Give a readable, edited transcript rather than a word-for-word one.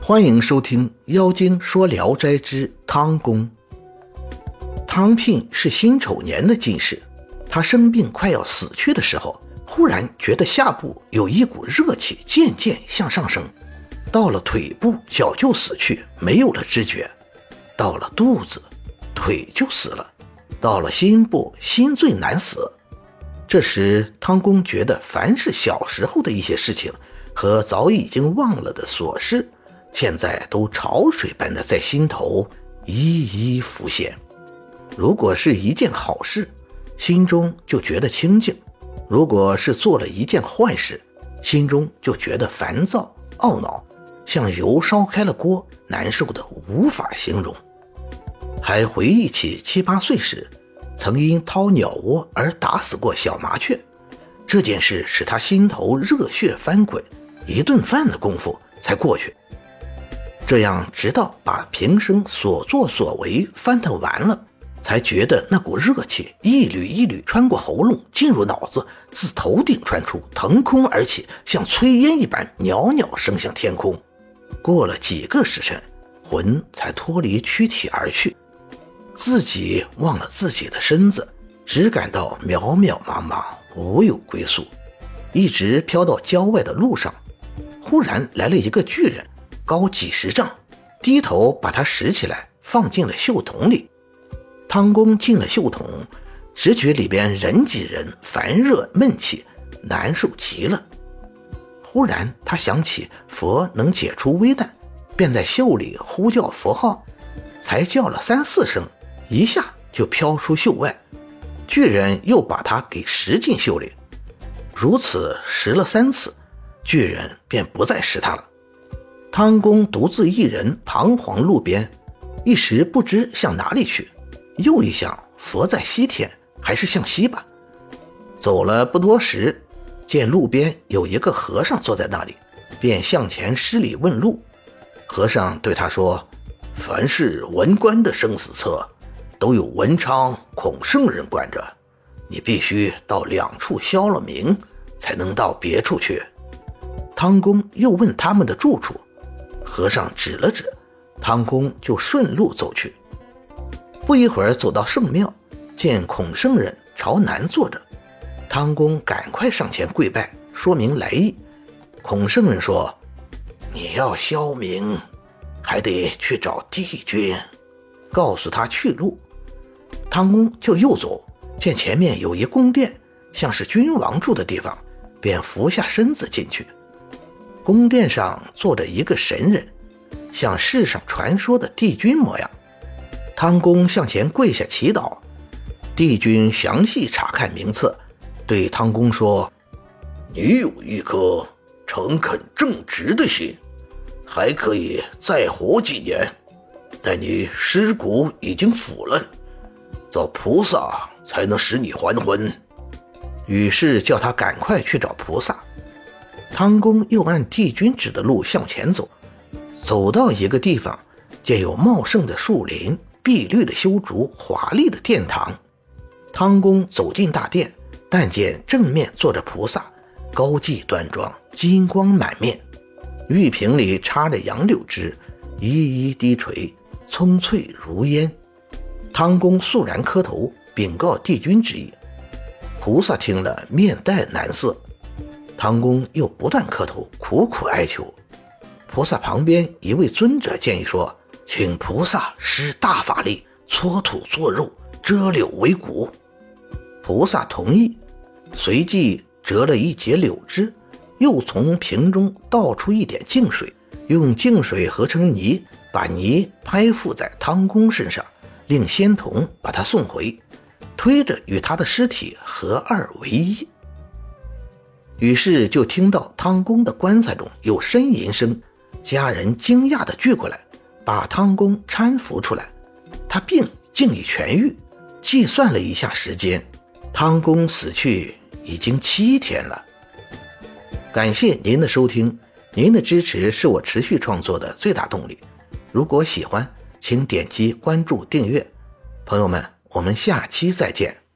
欢迎收听《妖精说聊斋之汤公》。汤聘是辛丑年的进士，他生病快要死去的时候，忽然觉得下部有一股热气渐渐向上升，到了腿部脚就死去，没有了知觉，到了肚子腿就死了，到了心部心最难死。这时汤公觉得凡是小时候的一些事情和早已经忘了的琐事，现在都潮水般的在心头一一浮现。如果是一件好事，心中就觉得清静；如果是做了一件坏事，心中就觉得烦躁懊恼，像油烧开了锅，难受的无法形容。还回忆起7、8岁时曾因掏鸟窝而打死过小麻雀，这件事使他心头热血翻滚，一顿饭的功夫才过去。这样直到把平生所作所为翻腾完了，才觉得那股热气一缕一缕穿过喉咙进入脑子，自头顶传出，腾空而起，像炊烟一般袅袅升向天空。过了几个时辰，魂才脱离躯体而去，自己忘了自己的身子，只感到渺渺茫茫，无有归宿，一直飘到郊外的路上。忽然来了一个巨人，高几十丈，低头把他拾起来放进了袖筒里。汤公进了袖筒，只觉里边人挤人，烦热闷气，难受极了。忽然他想起佛能解除危难，便在袖里呼叫佛号，才叫了3、4声，一下就飘出袖外。巨人又把他给拾进袖里，如此拾了3次，巨人便不再拾他了。汤公独自一人彷徨路边，一时不知向哪里去，又一想佛在西天，还是向西吧。走了不多时，见路边有一个和尚坐在那里，便向前施礼问路。和尚对他说，凡是文官的生死册都有文昌、孔圣人管着，你必须到2处消了名，才能到别处去。汤公又问他们的住处，和尚指了指，汤公就顺路走去。不一会儿走到圣庙，见孔圣人朝南坐着，汤公赶快上前跪拜，说明来意。孔圣人说，你要消名，还得去找帝君，告诉他去路。汤公就又走，见前面有一宫殿，像是君王住的地方，便俯下身子进去。宫殿上坐着一个神人，像世上传说的帝君模样。汤公向前跪下祈祷，帝君详细查看名册，对汤公说，你有一颗诚恳正直的心，还可以再活几年，但你尸骨已经腐烂，找菩萨才能使你还魂。于是叫他赶快去找菩萨。汤公又按帝君指的路向前走，走到一个地方，见有茂盛的树林，碧绿的修竹，华丽的殿堂。汤公走进大殿，但见正面坐着菩萨，高髻端庄，金光满面，玉瓶里插着杨柳枝，一一低垂，葱翠如烟。汤公肃然磕头，禀告帝君之意。菩萨听了，面带难色。汤公又不断磕头，苦苦哀求。菩萨旁边一位尊者建议说，请菩萨施大法力，搓土做肉，折柳为骨。菩萨同意，随即折了一截柳枝，又从瓶中倒出一点净水，用净水合成泥，把泥拍附在汤公身上，令仙童把他送回，推着与他的尸体合二为一。于是就听到汤公的棺材中有呻吟声，家人惊讶地聚过来，把汤公搀扶出来。他病竟已痊愈，计算了一下时间，汤公死去已经7天了。感谢您的收听，您的支持是我持续创作的最大动力。如果喜欢，请点击关注订阅。朋友们，我们下期再见。